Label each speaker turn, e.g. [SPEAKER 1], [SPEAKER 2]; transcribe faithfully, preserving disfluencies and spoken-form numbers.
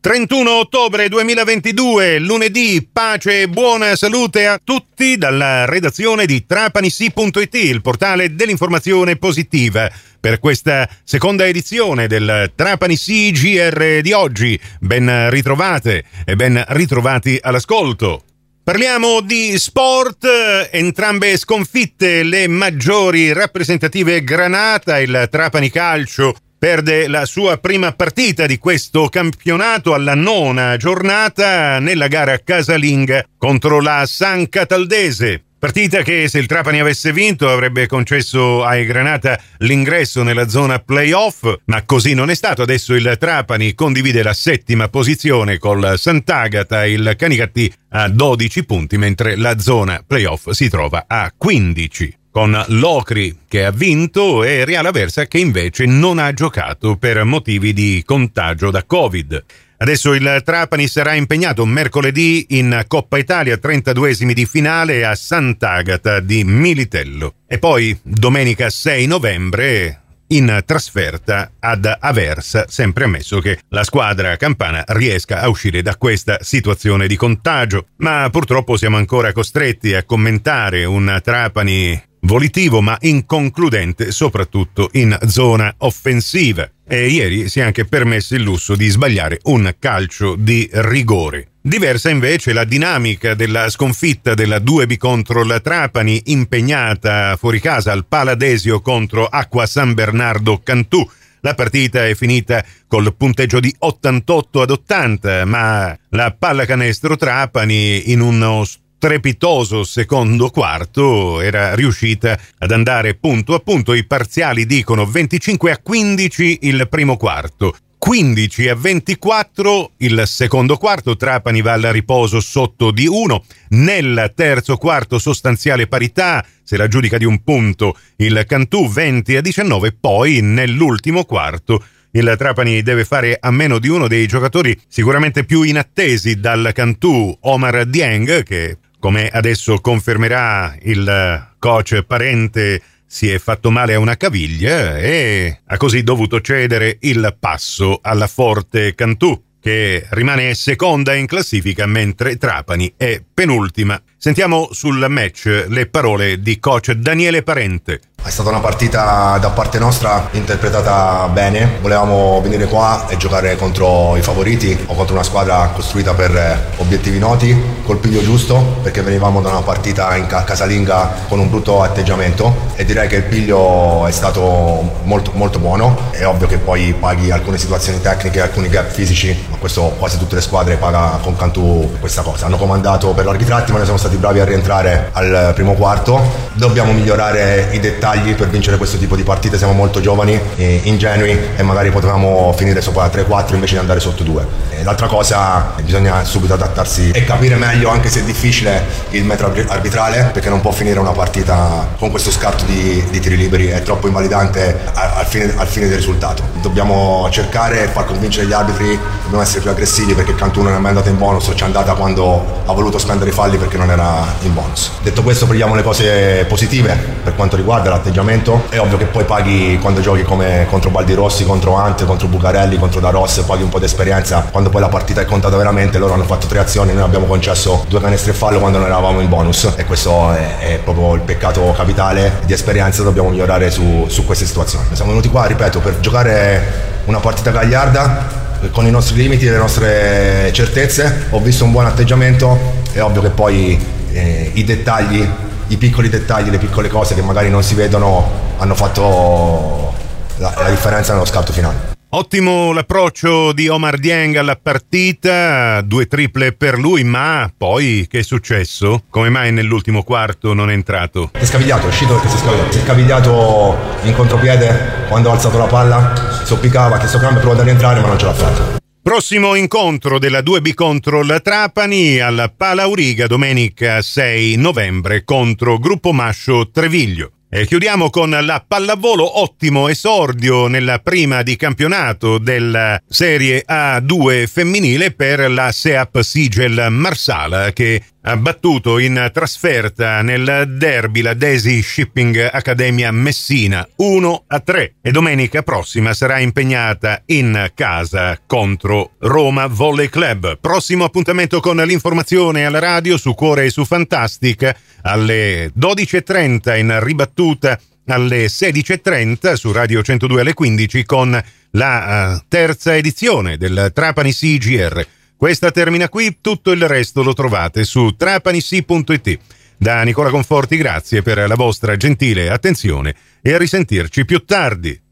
[SPEAKER 1] trentuno ottobre duemilaventidue, lunedì, pace e buona salute a tutti dalla redazione di Trapanissi punto it, il portale dell'informazione positiva. Per questa seconda edizione del Trapanissi G R di oggi, ben ritrovate e ben ritrovati all'ascolto. Parliamo di sport, entrambe sconfitte le maggiori rappresentative Granata, il Trapani Calcio perde la sua prima partita di questo campionato alla nona giornata nella gara casalinga contro la San Cataldese. Partita che, se il Trapani avesse vinto, avrebbe concesso ai Granata l'ingresso nella zona playoff, ma così non è stato. Adesso il Trapani condivide la settima posizione col Sant'Agata, il Canicattì a dodici punti, mentre la zona playoff si trova a quindici. Con l'Ocri che ha vinto e Real Aversa che invece non ha giocato per motivi di contagio da Covid. Adesso il Trapani sarà impegnato mercoledì in Coppa Italia, trentaduesimi di finale a Sant'Agata di Militello. E poi domenica sei novembre in trasferta ad Aversa, sempre ammesso che la squadra campana riesca a uscire da questa situazione di contagio. Ma purtroppo siamo ancora costretti a commentare un Trapani volitivo ma inconcludente, soprattutto in zona offensiva. E ieri si è anche permesso il lusso di sbagliare un calcio di rigore. Diversa invece la dinamica della sconfitta della due B contro la Trapani, impegnata fuori casa al Paladesio contro Acqua San Bernardo Cantù. La partita è finita col punteggio di ottantotto ad ottanta, ma la pallacanestro Trapani in uno strepitoso secondo quarto era riuscita ad andare punto a punto. I parziali dicono venticinque a quindici il primo quarto, quindici a ventiquattro il secondo quarto. Trapani va al riposo sotto di uno. Nel terzo quarto sostanziale parità, se la giudica di un punto il Cantù, venti a diciannove. Poi nell'ultimo quarto il Trapani deve fare a meno di uno dei giocatori sicuramente più inattesi dal Cantù, Omar Dieng, che come adesso confermerà il coach Parente si è fatto male a una caviglia e ha così dovuto cedere il passo alla forte Cantù, che rimane seconda in classifica mentre Trapani è penultima. Sentiamo sul match le parole di coach Daniele Parente.
[SPEAKER 2] È stata una partita da parte nostra interpretata bene, volevamo venire qua e giocare contro i favoriti o contro una squadra costruita per obiettivi noti, col piglio giusto, perché venivamo da una partita in casalinga con un brutto atteggiamento e direi che il piglio è stato molto, molto buono. È ovvio che poi paghi alcune situazioni tecniche, alcuni gap fisici, ma questo quasi tutte le squadre paga con Cantù questa cosa. Hanno comandato per larghi tratti ma noi siamo stati bravi a rientrare al primo quarto. Dobbiamo migliorare i dettagli per vincere questo tipo di partite, siamo molto giovani e ingenui e magari potevamo finire sopra tre quattro invece di andare sotto due. E l'altra cosa, bisogna subito adattarsi e capire meglio, anche se è difficile, il metro arbitrale, perché non può finire una partita con questo scarto di, di tiri liberi, è troppo invalidante al fine, al fine del risultato. Dobbiamo cercare e far convincere gli arbitri, dobbiamo essere più aggressivi, perché Cantù non è mai andato in bonus, ci è andata quando ha voluto spendere i falli perché non era in bonus. Detto questo, prendiamo le cose positive per quanto riguarda l'atteggiamento. È ovvio che poi paghi quando giochi come contro Baldirossi, contro Ante, contro Bucarelli, contro Da Ross, paghi un po' di esperienza. Quando poi la partita è contata veramente, loro hanno fatto tre azioni, noi abbiamo concesso due canestri e fallo quando non eravamo in bonus, e questo è, è proprio il peccato capitale di esperienza. Dobbiamo migliorare su, su queste situazioni. Siamo venuti qua, ripeto, per giocare una partita gagliarda con i nostri limiti e le nostre certezze. Ho visto un buon atteggiamento, è ovvio che poi eh, i dettagli, i piccoli dettagli, le piccole cose che magari non si vedono hanno fatto la, la differenza nello scatto finale.
[SPEAKER 1] Ottimo l'approccio di Omar Dieng alla partita, due triple per lui, ma poi che è successo? Come mai nell'ultimo quarto non è entrato?
[SPEAKER 2] Si è scavigliato, è uscito perché si è scavigliato, si è scavigliato in contropiede quando ha alzato la palla, zoppicava, ha chiesto cambio, provò a rientrare ma non ce l'ha fatta.
[SPEAKER 1] Prossimo incontro della due B contro la Trapani al Palauriga domenica sei novembre contro Gruppo Mascio Treviglio. E chiudiamo con la pallavolo, ottimo esordio nella prima di campionato della Serie A due femminile per la SEAP Sigel Marsala, che ha battuto in trasferta nel derby la Desi Shipping Accademia Messina uno a tre e domenica prossima sarà impegnata in casa contro Roma Volley Club. Prossimo appuntamento con l'informazione alla radio su Cuore e su Fantastica alle dodici e trenta, in ribattuta alle sedici e trenta su Radio centodue alle quindici con la uh, terza edizione del Trapani C G R. Questa termina qui, tutto il resto lo trovate su trapanissi punto it. Da Nicola Conforti grazie per la vostra gentile attenzione e a risentirci più tardi.